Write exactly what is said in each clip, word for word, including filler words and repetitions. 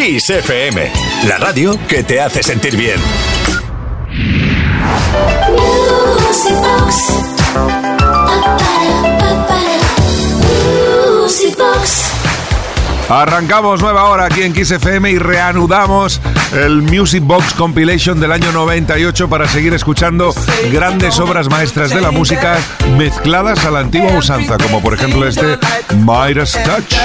Kiss F M, la radio que te hace sentir bien. Music Box. Music Box. Arrancamos nueva hora aquí en Kiss F M y reanudamos el Music Box Compilation del año noventa y ocho para seguir escuchando grandes obras maestras de la música mezcladas a la antigua usanza, como por ejemplo este Midas Touch.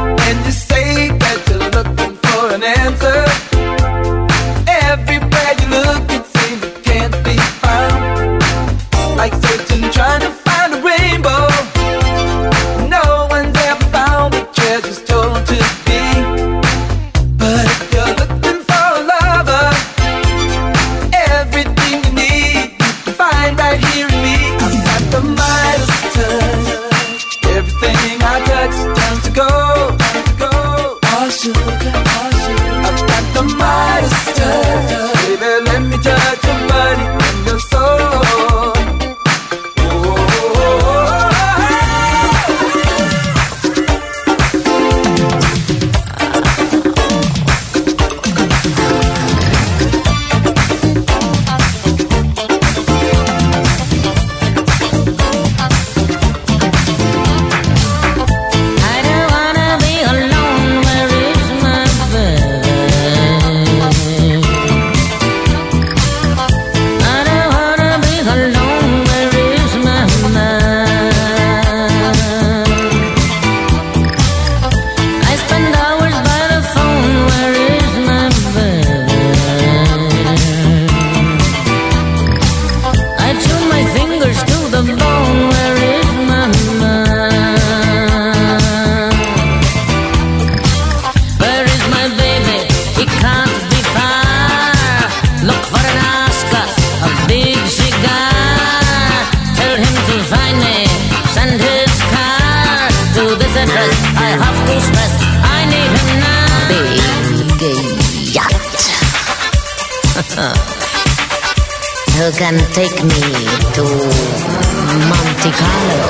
Who can take me to Monte Carlo,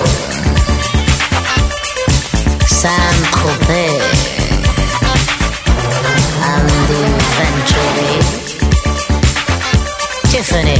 Saint-Tropez, and eventually Tiffany.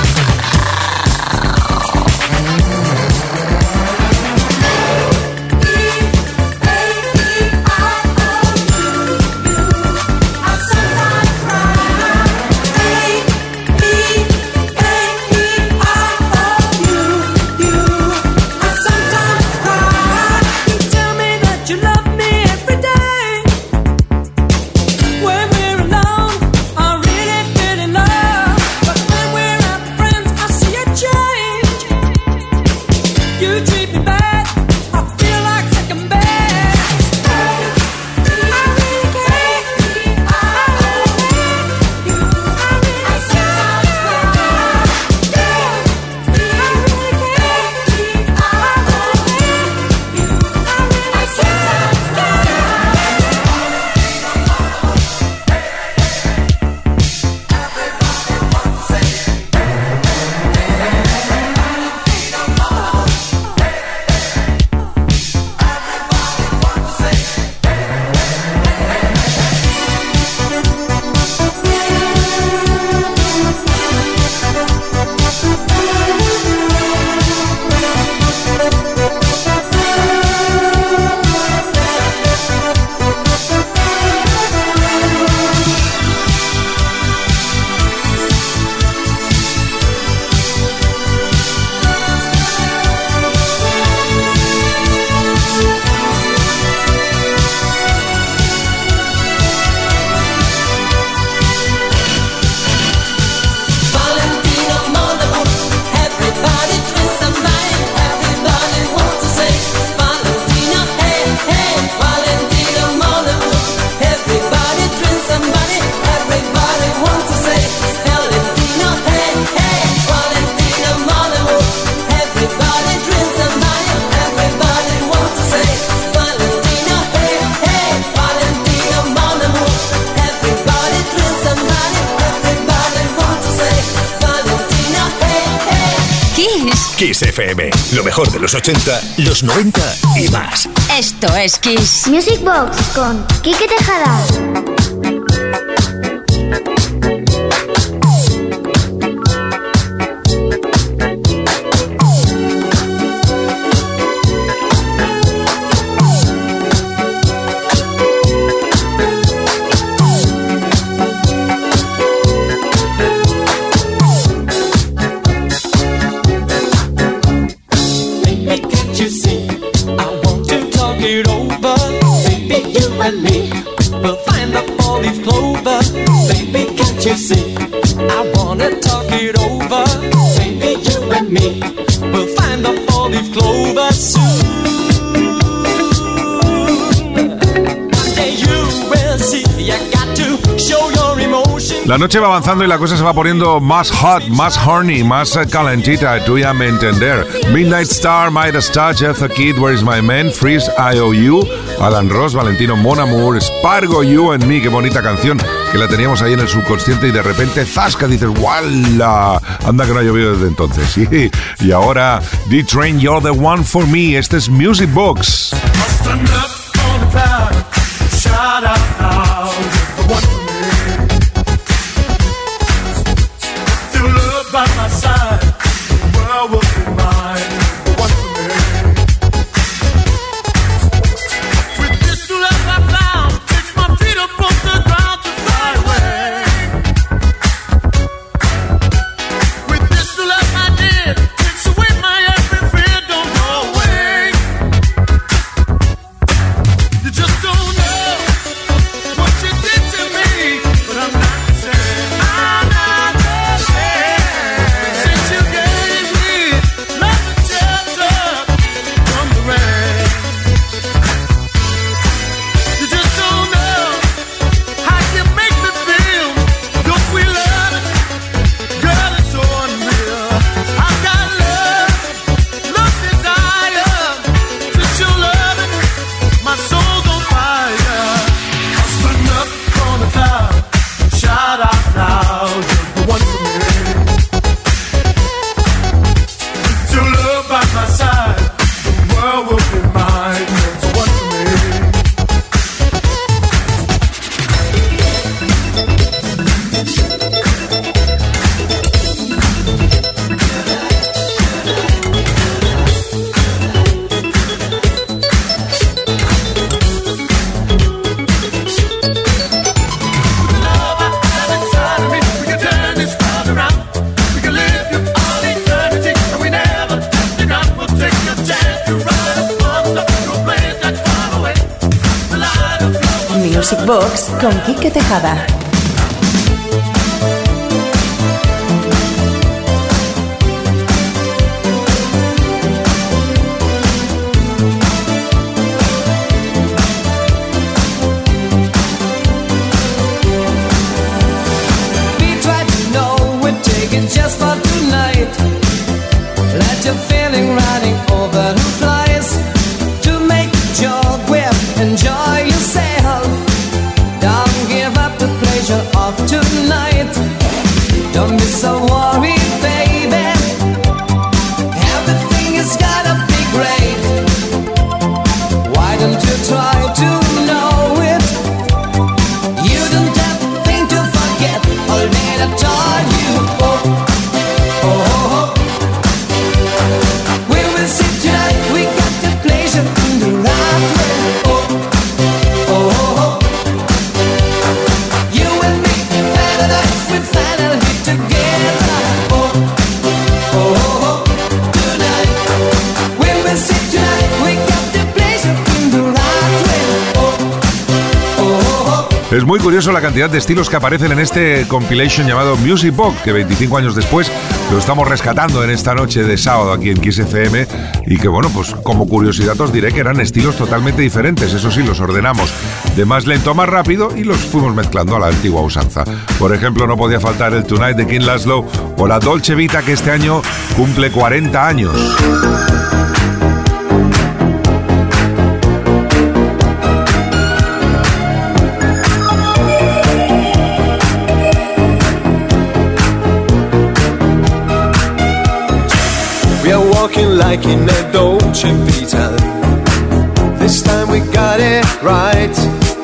Kiss F M, lo mejor de los ochenta, los noventa y más. Esto es Kiss Music Box con Kike Tejada. me will find the four-leaf clover. Baby, can't you see? I wanna talk it over. Baby, you and me will find the four-leaf clover soon. One day you will see. You got to show your emotion. La noche va avanzando y la cosa se va poniendo más hot, más horny, más uh, calentita, tú ya me entender. Midnight Star, Midas Touch, Eartha Kitt, Where Is My Man, Freeze, I O U, Alan Ross, Valentino, Mon Amour, Spargo, You and Me, qué bonita canción, que la teníamos ahí en el subconsciente y de repente, zasca, dices, ¡wala! Anda que no ha llovido desde entonces, sí. Y ahora, D-Train, You're the One for Me, este es Music Box. By my side, the world will be mine, the one for me. With this new love I found, takes my feet up off the ground to fly away. With this new love I did, takes away my every fear, don't go away. You just don't know what you did to me, but I'm not the same. I'm not the same. You gave me love and shelter from the rain. You just don't know how you make me feel. Your sweet love, girl, it's so unreal. I've got love, love, desire. Since you're loving, my soul's on fire. I'll stand up on the cloud, shout out now, you're the one for me. By my side, the world will be mine. It's one for me. The love I have inside of me, we can turn this world around. We can live you all eternity, and we never. Take your chance to ride upon the place that's far away. The light of love. Music Box con Quique Tejada. We try to know we're taking just for tonight. Let your feeling running over the flies. To make a joke with, enjoy yourself. Don't give up the pleasure of tonight. Don't be so worried, baby. Everything is gonna be great. Why don't you try to know it? You don't have a thing to forget. All that I taught you. Oh, oh, oh, oh. We got the pleasure in the right way. Oh, oh, oh, oh. You and me, paradise, we finally together. Oh, oh, oh, oh. Tonight, when we sit tonight, we got the pleasure in the right way. Oh, oh, oh, oh. Es muy curioso la cantidad de estilos que aparecen en este compilation llamado Music Box, que veinticinco años después lo estamos rescatando en esta noche de sábado aquí en Kiss F M, y que bueno, pues como curiosidad os diré que eran estilos totalmente diferentes. Eso sí, los ordenamos de más lento a más rápido y los fuimos mezclando a la antigua usanza. Por ejemplo, no podía faltar el Tonight de King Laszlo o la Dolce Vita, que este año cumple cuarenta años. We are walking like in a Dolce Vita. This time we got it right.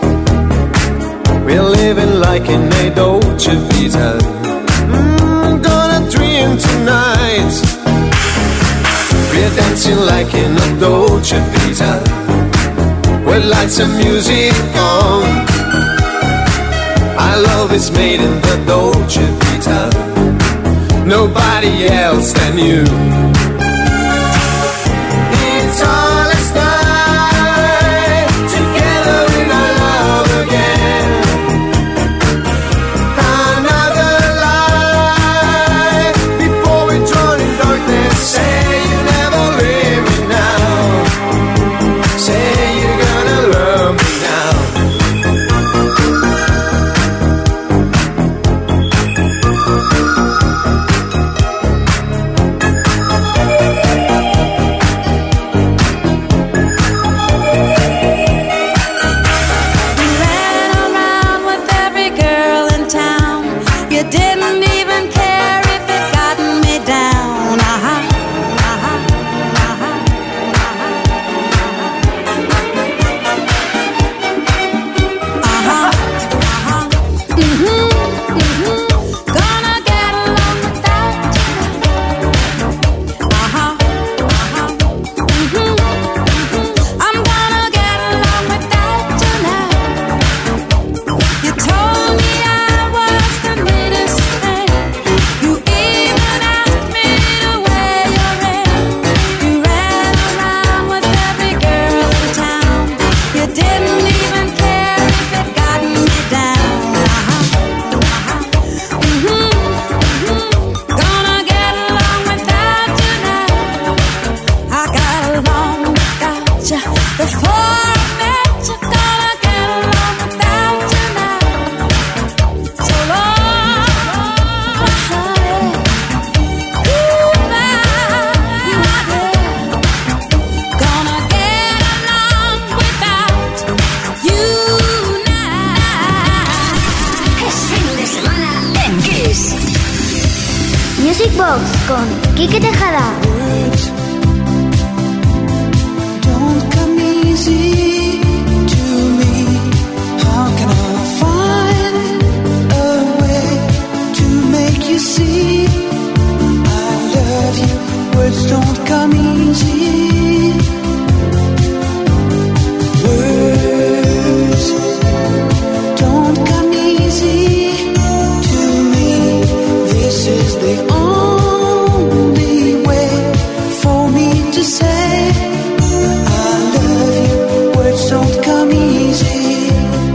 We're living like in a Dolce Vita. Mm, gonna dream tonight. We're dancing like in a Dolce Vita. With lights and music on. Our love is made in the Dolce Vita. Nobody else than you. It's all last night, together in our love. Box con Quique Tejada. Don't come easy to me. How can I find a way to make you see I love you? Words don't come easy. Words don't come easy to me. This is the only way for me to say I love you. Words don't come easy.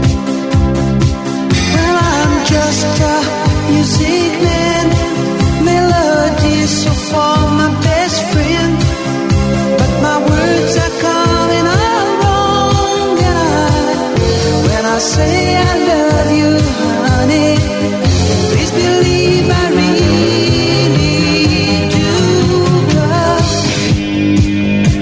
Well, I'm just a music man. Melodies so far my best friend, but my words are coming out wrong. And I, when I say I love you, honey, please believe I really do love.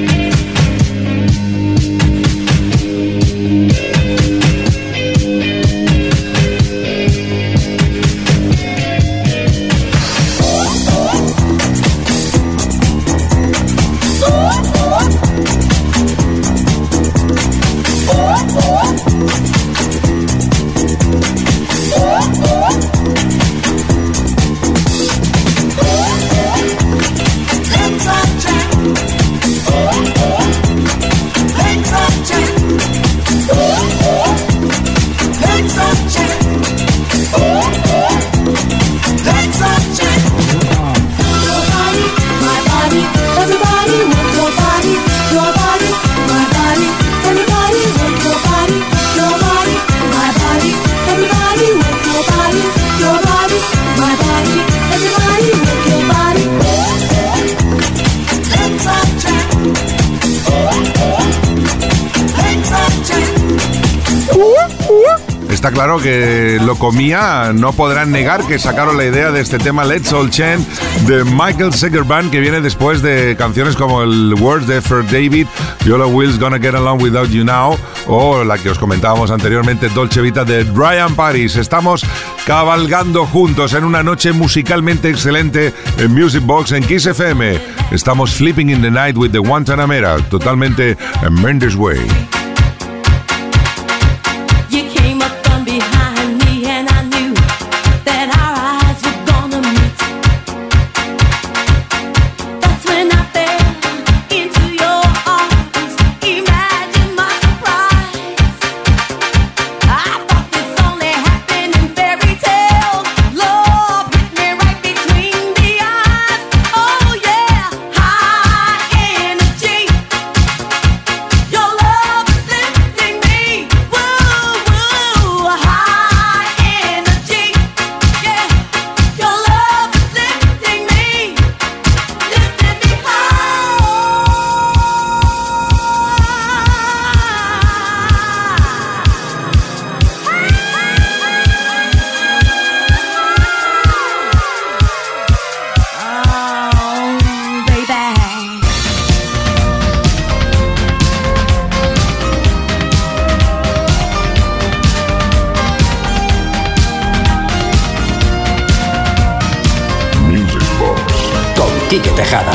Está claro que lo comía, no podrán negar que sacaron la idea de este tema Let's All Chant de Michael Seger Band, que viene después de canciones como el Words de Fred David, Yola Will's Gonna Get Along Without You Now, o la que os comentábamos anteriormente, Dolce Vita de Brian Paris. Estamos cabalgando juntos en una noche musicalmente excelente en Music Box en Kiss F M. Estamos flipping in the night with the Guantanamera, totalmente en Mendes Way. Quique Tejada.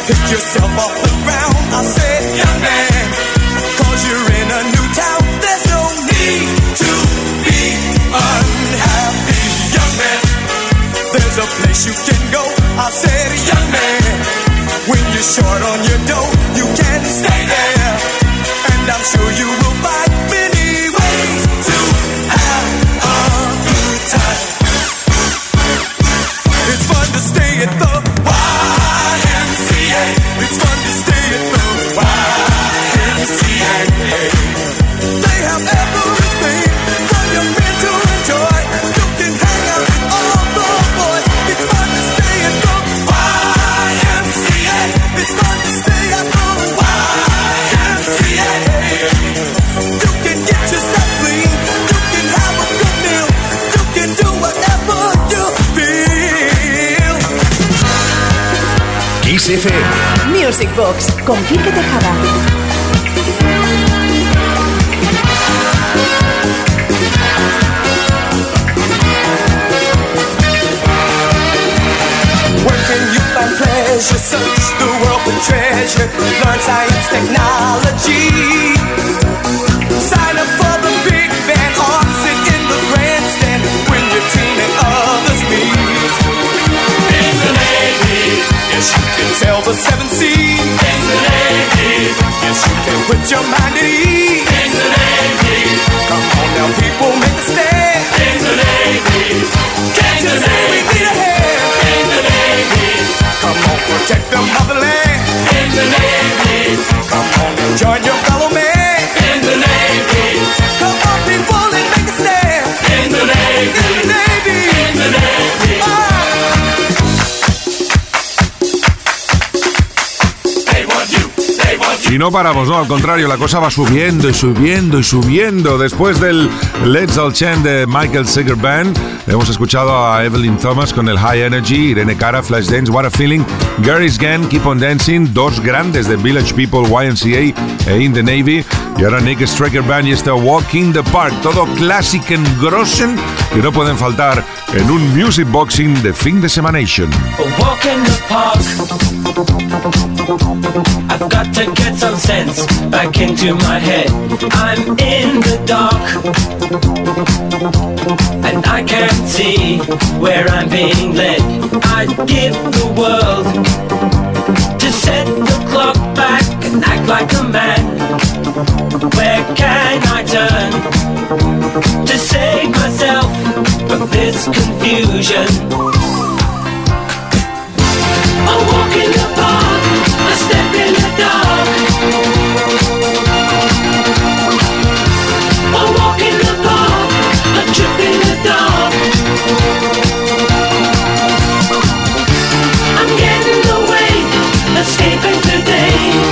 pick yourself off the ground. I said, young man, cause you're in a new town. There's no need to be unhappy, young man. There's a place you can go. I said, young man, when you're short on your dough, you can stay there. And I'm sure you will find many ways to have a good time. It's fun to stay at the Y M C A. It's fun to stay at the Y M C A. They have everything for your men to enjoy. You can hang out with all the boys. It's fun to stay at the Y M C A. It's fun to stay at the Y M C A. You can get yourself clean. You can have a good meal. You can do whatever you feel. Kiss F M. Music Box con Quique Tejada. Pleasure, search the world for treasure, learn science, technology. Sign up for the big band or sit in the grandstand when your team and others meet. In the Navy, yes you can sail the seven seas. In the Navy, yes you can put your mind at ease. In the Navy, come on now people, make a stand. In the Navy, can't you say we need a hand? In the Navy, come on, protect the motherland. In the Navy, come on and join your fellow man. In the Navy, come on people and make a stand. In the Navy, in the Navy, in the Navy. They want you, they want you. Y no paramos, no, al contrario, la cosa va subiendo y subiendo y subiendo. Después del Let's All Chant de Michael Seger Band, hemos escuchado a Evelyn Thomas con el High Energy, Irene Cara, Flashdance, What a Feeling, Gary's Gang, Keep on Dancing, dos grandes de Village People, Y M C A e In the Navy, y ahora Nick Striker Band y esta Walk in the Park, todo Klassiken Grossen que no pueden faltar en un Music Boxing de fin de semanation. A walk in the park. I've got to get some sense back into my head. I'm in the dark and I can't see where I'm being led. I'd give the world to set the clock back and act like a man. Where can I turn to save myself from this confusion? A walk in the park, a step in the dark. A walk in the park, a trip in the dark. I'm getting away, escaping today.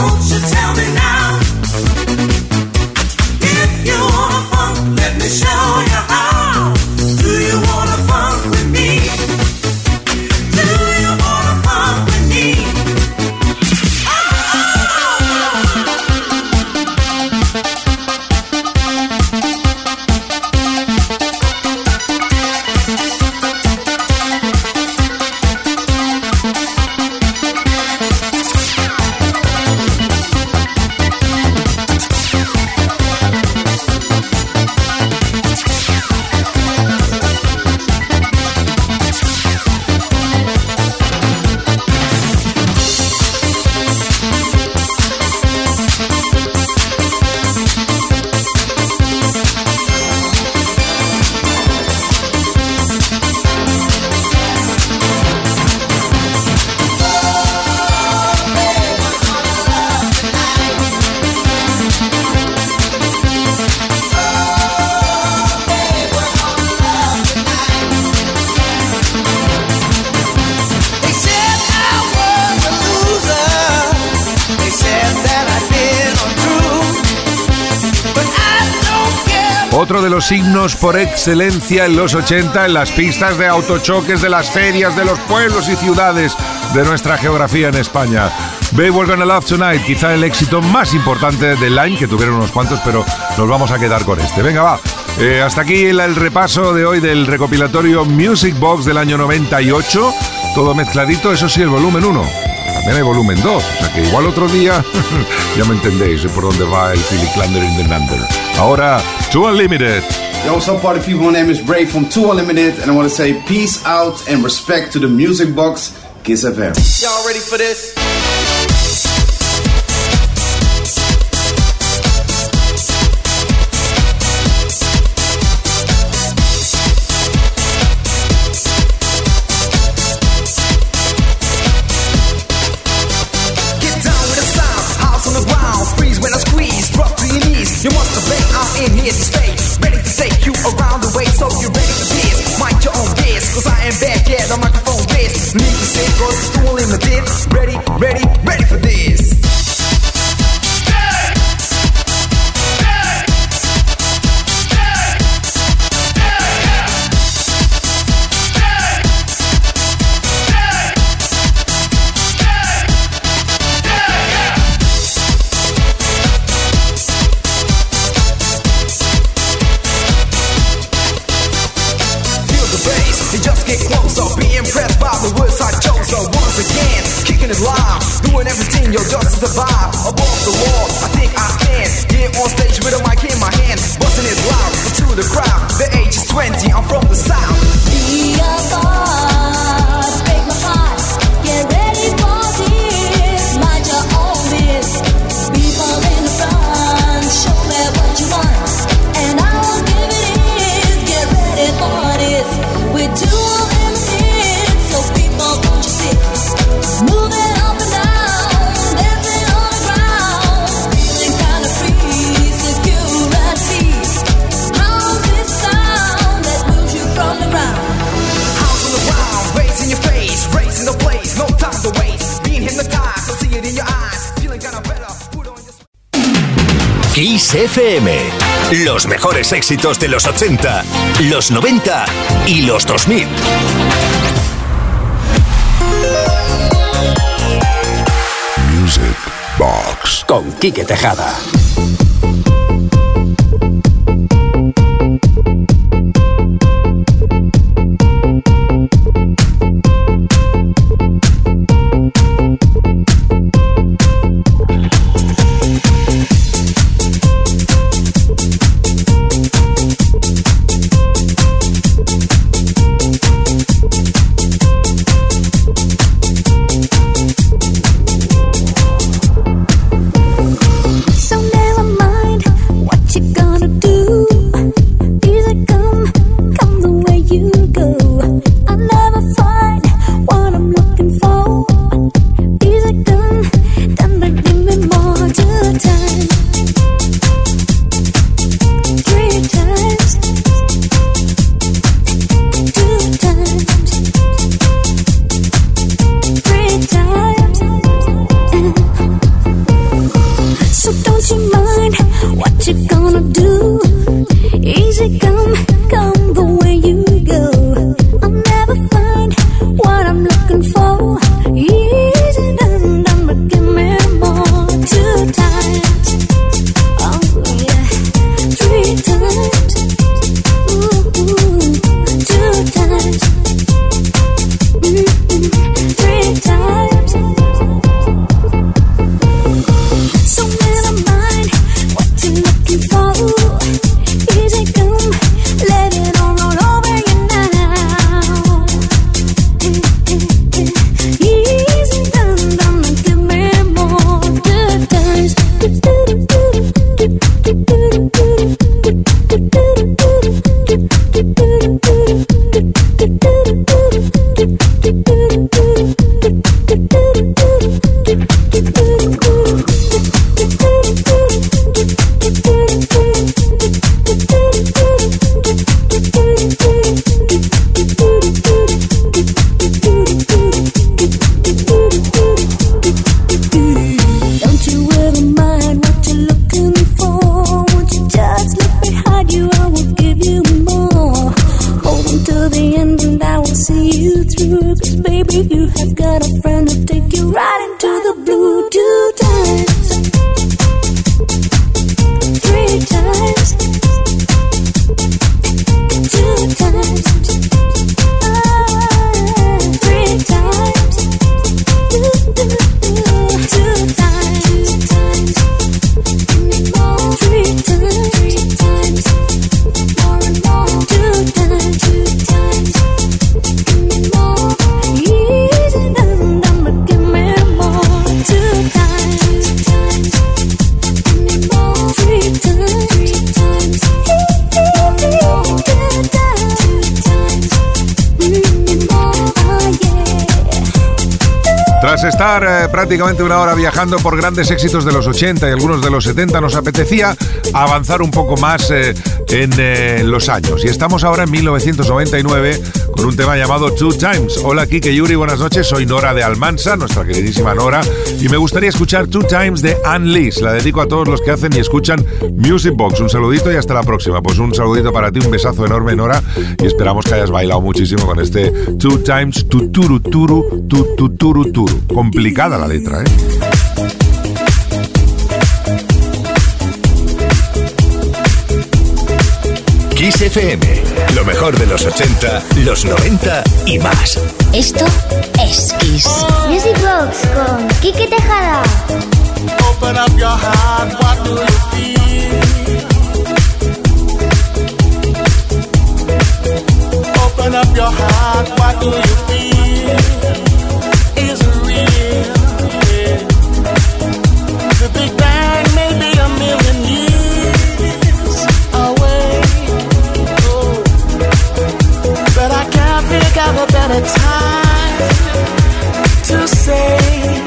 Otro de los signos por excelencia en los ochenta en las pistas de autochoques de las ferias de los pueblos y ciudades de nuestra geografía en España. Babe, We're Gonna Love Tonight, quizá el éxito más importante de Line, que tuvieron unos cuantos, pero nos vamos a quedar con este. Venga, va. Eh, hasta aquí el, el repaso de hoy del recopilatorio Music Box del año noventa y ocho. Todo mezcladito, eso sí, el volumen uno. También hay volumen dos, o sea que igual otro día ya me entendéis por dónde va el Philly Clander in the Nander. Ahora, Too Unlimited. Yo, what's up, party people? My name is Bray from Too Unlimited, and I want to say peace out and respect to the Music Box, Kiss F M. Y'all ready for this? You must have been out in here to stay, ready to take you around the way, so you're ready for this. Mind your own biz, cause I am back, yeah, the microphone biz. Need to say, cause it's too limited. Ready, ready, ready for this. Doing everything, yo, just to survive. Above the law, I think I stand. Here on stage with a mic in my hand, busting it loud to the crowd. The age is twenty, I'm from the south. Be a boss, break my heart. Get ready for this. Mind your own biz. People in the front, show me what you want, and I'll give it is. Get ready for this. We're too limited, so people don't you sit. Move it. Kiss F M. Los mejores éxitos de los ochenta, los noventa y los dos mil. Music Box con Quique Tejada. So don't you mind what you gonna do? Easy come, come the way you go. I'll never find what I'm looking for. Easy done, done, but give me more. Two times, oh yeah, three times, ooh, ooh. Two times, mm-mm, three times. So never mind what you're looking for. Easy come, let it all roll over you now. Easy done, done, and give me more. Good times. Don't you ever mind what you're looking for. Won't you just let me hide you? I will give you more. Hold on to the end and I will see you through. Cause baby, you have got a friend to take you right into the blue. Two times, three times, two times, ah, three times, two times, two times, more, three times, three times, more and more, two times, two times, more. Easy done, done, but give me more. Two times, two times, more, three times, three times, more, two times, two times, more, oh yeah. Tras estar eh, prácticamente una hora viajando por grandes éxitos de los ochenta y algunos de los setenta, nos apetecía avanzar un poco más eh, en eh, los años. Y estamos ahora en mil novecientos noventa y nueve con un tema llamado Two Times. Hola, Kike, Yuri, buenas noches. Soy Nora de Almansa, nuestra queridísima Nora, y me gustaría escuchar Two Times de Ann Lees. La dedico a todos los que hacen y escuchan Music Box. Un saludito y hasta la próxima. Pues un saludito para ti, un besazo enorme, Nora, y esperamos que hayas bailado muchísimo con este Two Times, tuturu, turu, tuturu, turu. Complicada la letra, ¿eh? Kiss F M, lo mejor de los ochenta, los noventa y más. Esto es Kiss. Music Box con Kike Tejada. Open up your heart, what do you feel? Open up your heart, what do you feel? Is it real? Yeah. The Big Bang may be a million years away. Oh. But I can't think of a better time to say,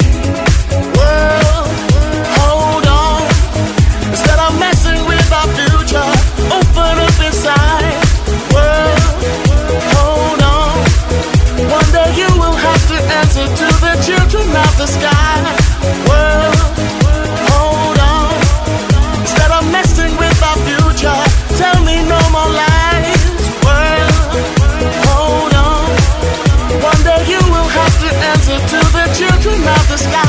well, hold on. Instead of messing with our future, open up inside. Well, hold on. One day you will have to answer to the children of the sky. Well, hold on. Instead of messing with our future, tell me no more lies. Well, hold on. One day you will have to answer to the children of the sky.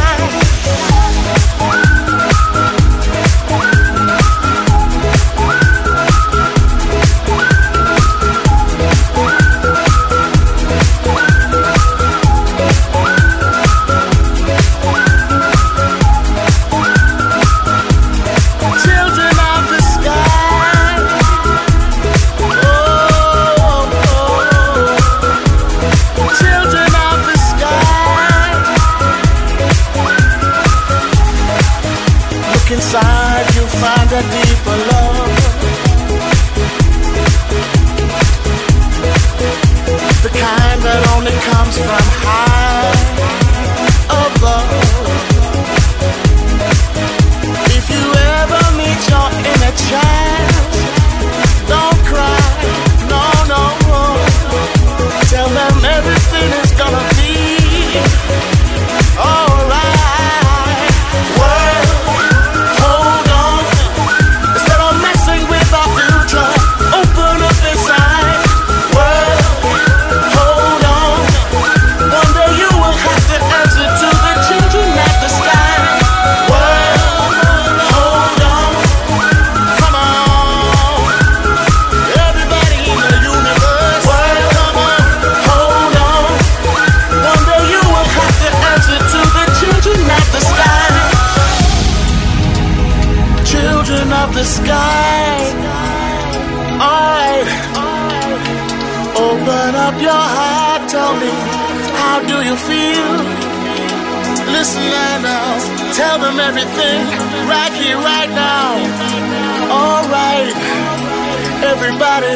Children of the sky. Oh, oh, oh. Children of the sky. Look inside, you'll find a deeper love. The kind that only comes from high above. If you ever meet your inner child, don't cry, no, no. Tell them everything is gonna be alright. Well, hold of the sky. Alright, open up your heart, tell me, how do you feel? Listen now, tell them everything, right here, right now. Alright, everybody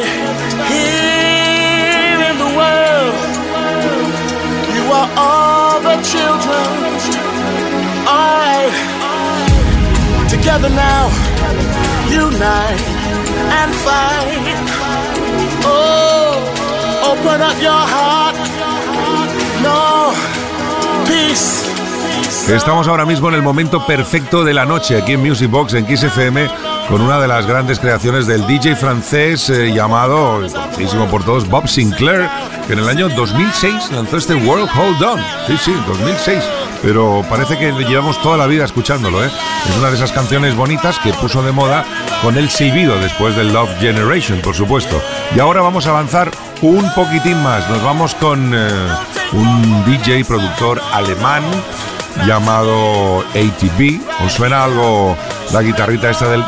here in the world, you are all the children. Alright, together now, unite and fight. Oh, open up your heart. No, peace. Estamos ahora mismo en el momento perfecto de la noche aquí en Music Box, en Kiss F M, con una de las grandes creaciones del D J francés eh, llamado, conocidísimo por todos, Bob Sinclair, que en el año dos mil seis lanzó este World Hold On. Sí, sí, dos mil seis. Pero parece que llevamos toda la vida escuchándolo, ¿eh? Es una de esas canciones bonitas que puso de moda con el silbido después del Love Generation, por supuesto. Y ahora vamos a avanzar un poquitín más. Nos vamos con eh, un D J productor alemán llamado A T B. ¿Os suena algo la guitarrita esta del...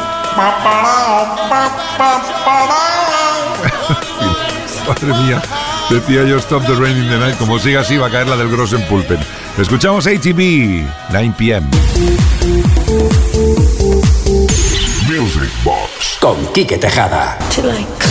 Madre mía, decía yo Stop the Rain in the Night. Como siga así va a caer la del Grossen Pulpen. Escuchamos A T B, nueve p m Music Box con Quique Tejada. Till I come.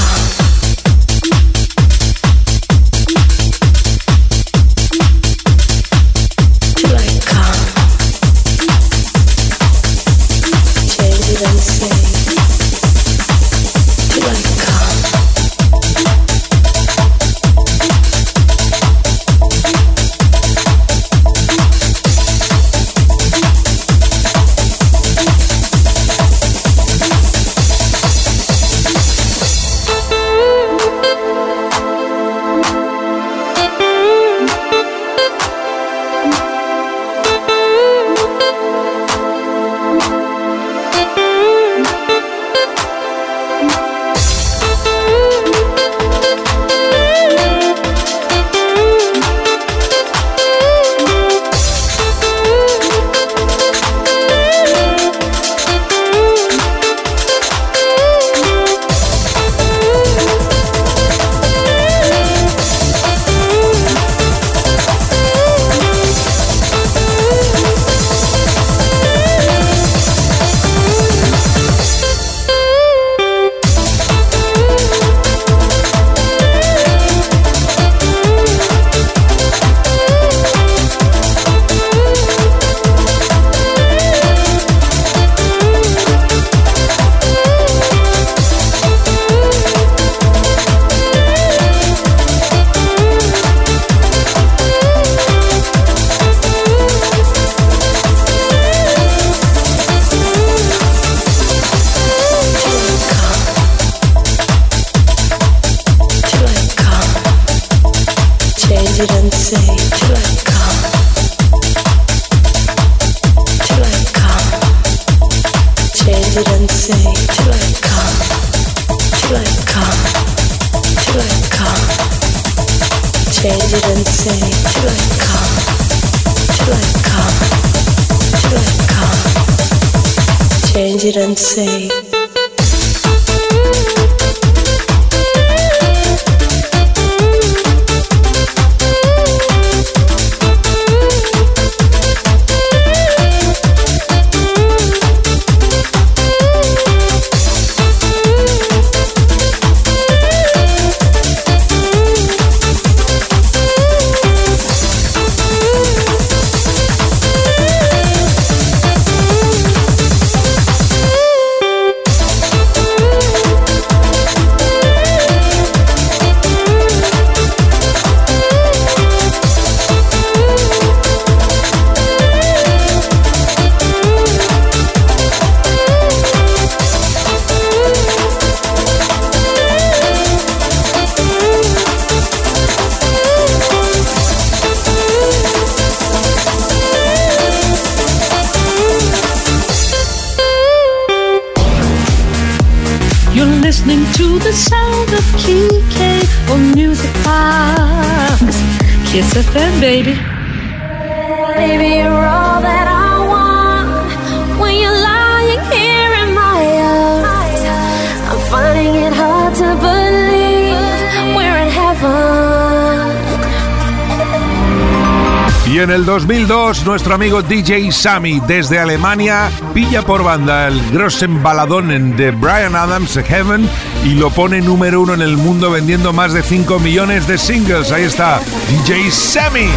Change it and say listening to the sound of Kike on Music Box. Kiss F M, baby. Baby, you're all that I want when you're lying here in my arms. en el dos mil dos, nuestro amigo D J Sammy, desde Alemania, pilla por banda el Grossen Balladonen de Bryan Adams, Heaven, y lo pone número uno en el mundo vendiendo más de cinco millones de singles. Ahí está, D J Sammy.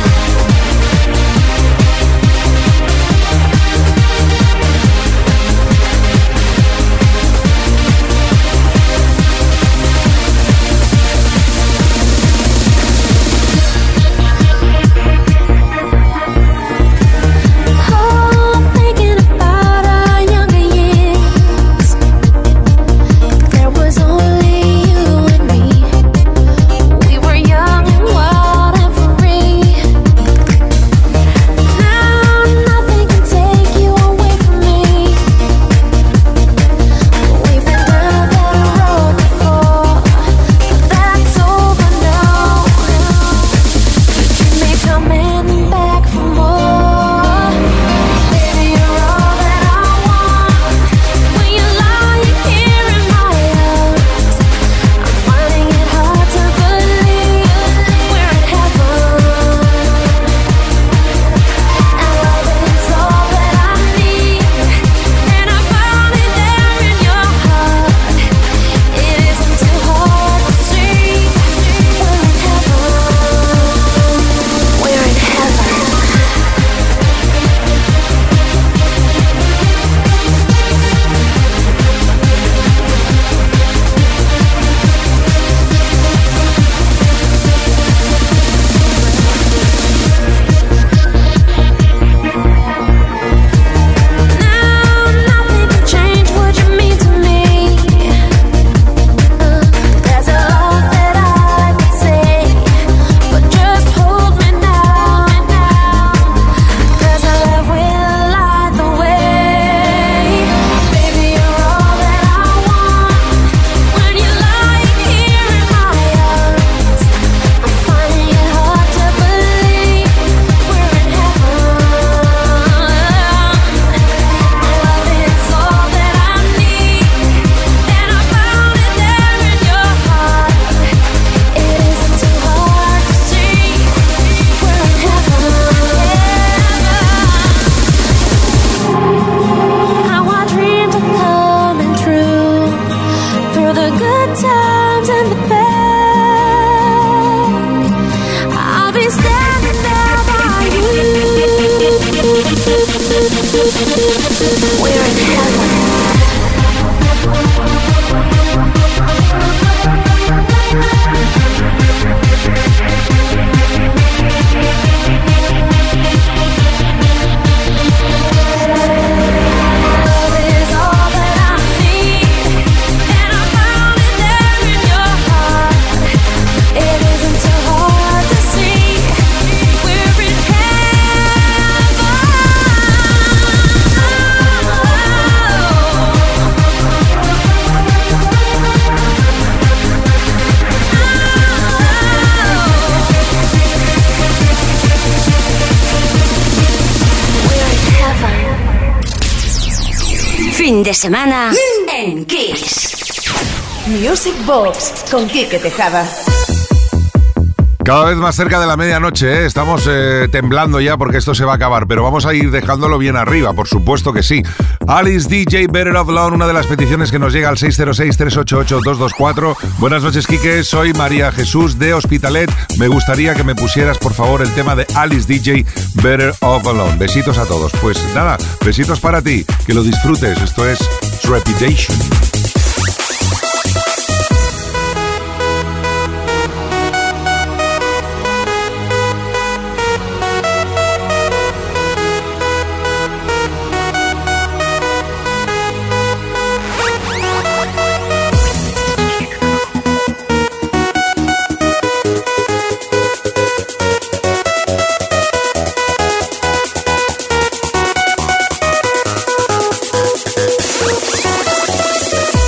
Fin de semana en Kiss. Music Box con Quique Tejada. Cada vez más cerca de la medianoche, ¿eh? Estamos eh, temblando ya porque esto se va a acabar, pero vamos a ir dejándolo bien arriba, por supuesto que sí. Alice D J, Better Off Alone, una de las peticiones que nos llega al seis cero seis, tres ocho ocho, dos dos cuatro. Buenas noches, Quique, soy María Jesús de Hospitalet. Me gustaría que me pusieras, por favor, el tema de Alice D J, Better Off Alone. Besitos a todos. Pues nada, besitos para ti, que lo disfrutes. Esto es Trepidation. We'll be right back.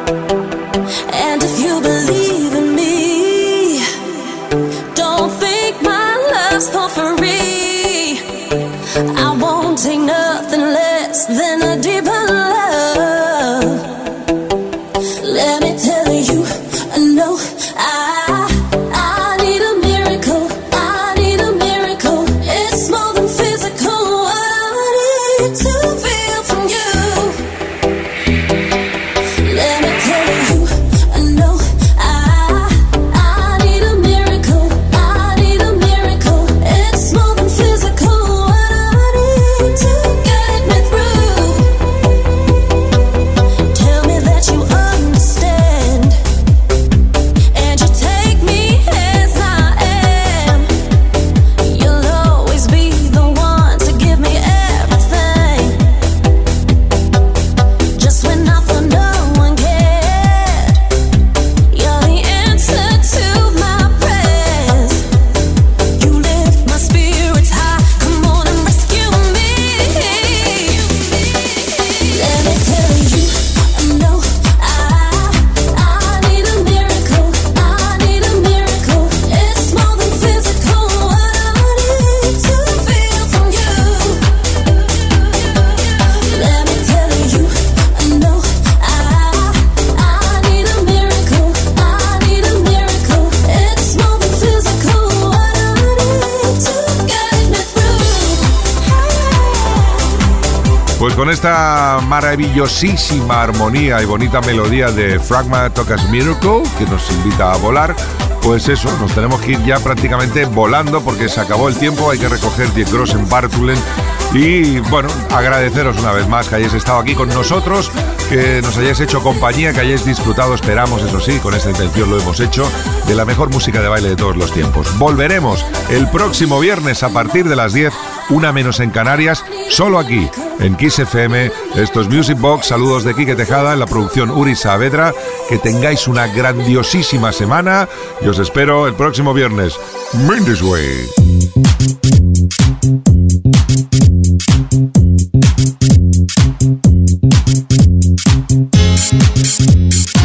And if you believe in me, don't think my love's for free. I won't take nothing less than a deeper love. Let me tell you, no, I, I need a miracle. I need a miracle. It's more than physical. What I need to feel from you. Let me tell you, no, I, I need a miracle. I need a miracle. It's more than physical. What I need to get me through. Tell me that you understand, and you take me as I am. You'll always be the one to give me everything. Just when I thought no one cared, you're the answer to my prayers. You lift my spirits high. Come on and rescue me. Let me tell you, no, I, I need a miracle. I need a miracle. It's more than physical. What I need to feel from you. Let me tell you, no, I, I need a miracle. I need a miracle. It's more than physical. What I need to get me through. Pues con esta maravillosísima armonía y bonita melodía de Fragma Tocas Miracle, que nos invita a volar, pues eso, nos tenemos que ir ya prácticamente volando porque se acabó el tiempo, hay que recoger diez Groschen Bartulen. Y bueno, agradeceros una vez más que hayáis estado aquí con nosotros, que nos hayáis hecho compañía, que hayáis disfrutado, esperamos, eso sí, con esta intención lo hemos hecho, de la mejor música de baile de todos los tiempos. Volveremos el próximo viernes a partir de las diez, una menos en Canarias, solo aquí, en Kiss F M. Esto es Music Box, saludos de Quique Tejada, en la producción Uri Saavedra. Que tengáis una grandiosísima semana y os espero el próximo viernes. Mind this way. Thank you.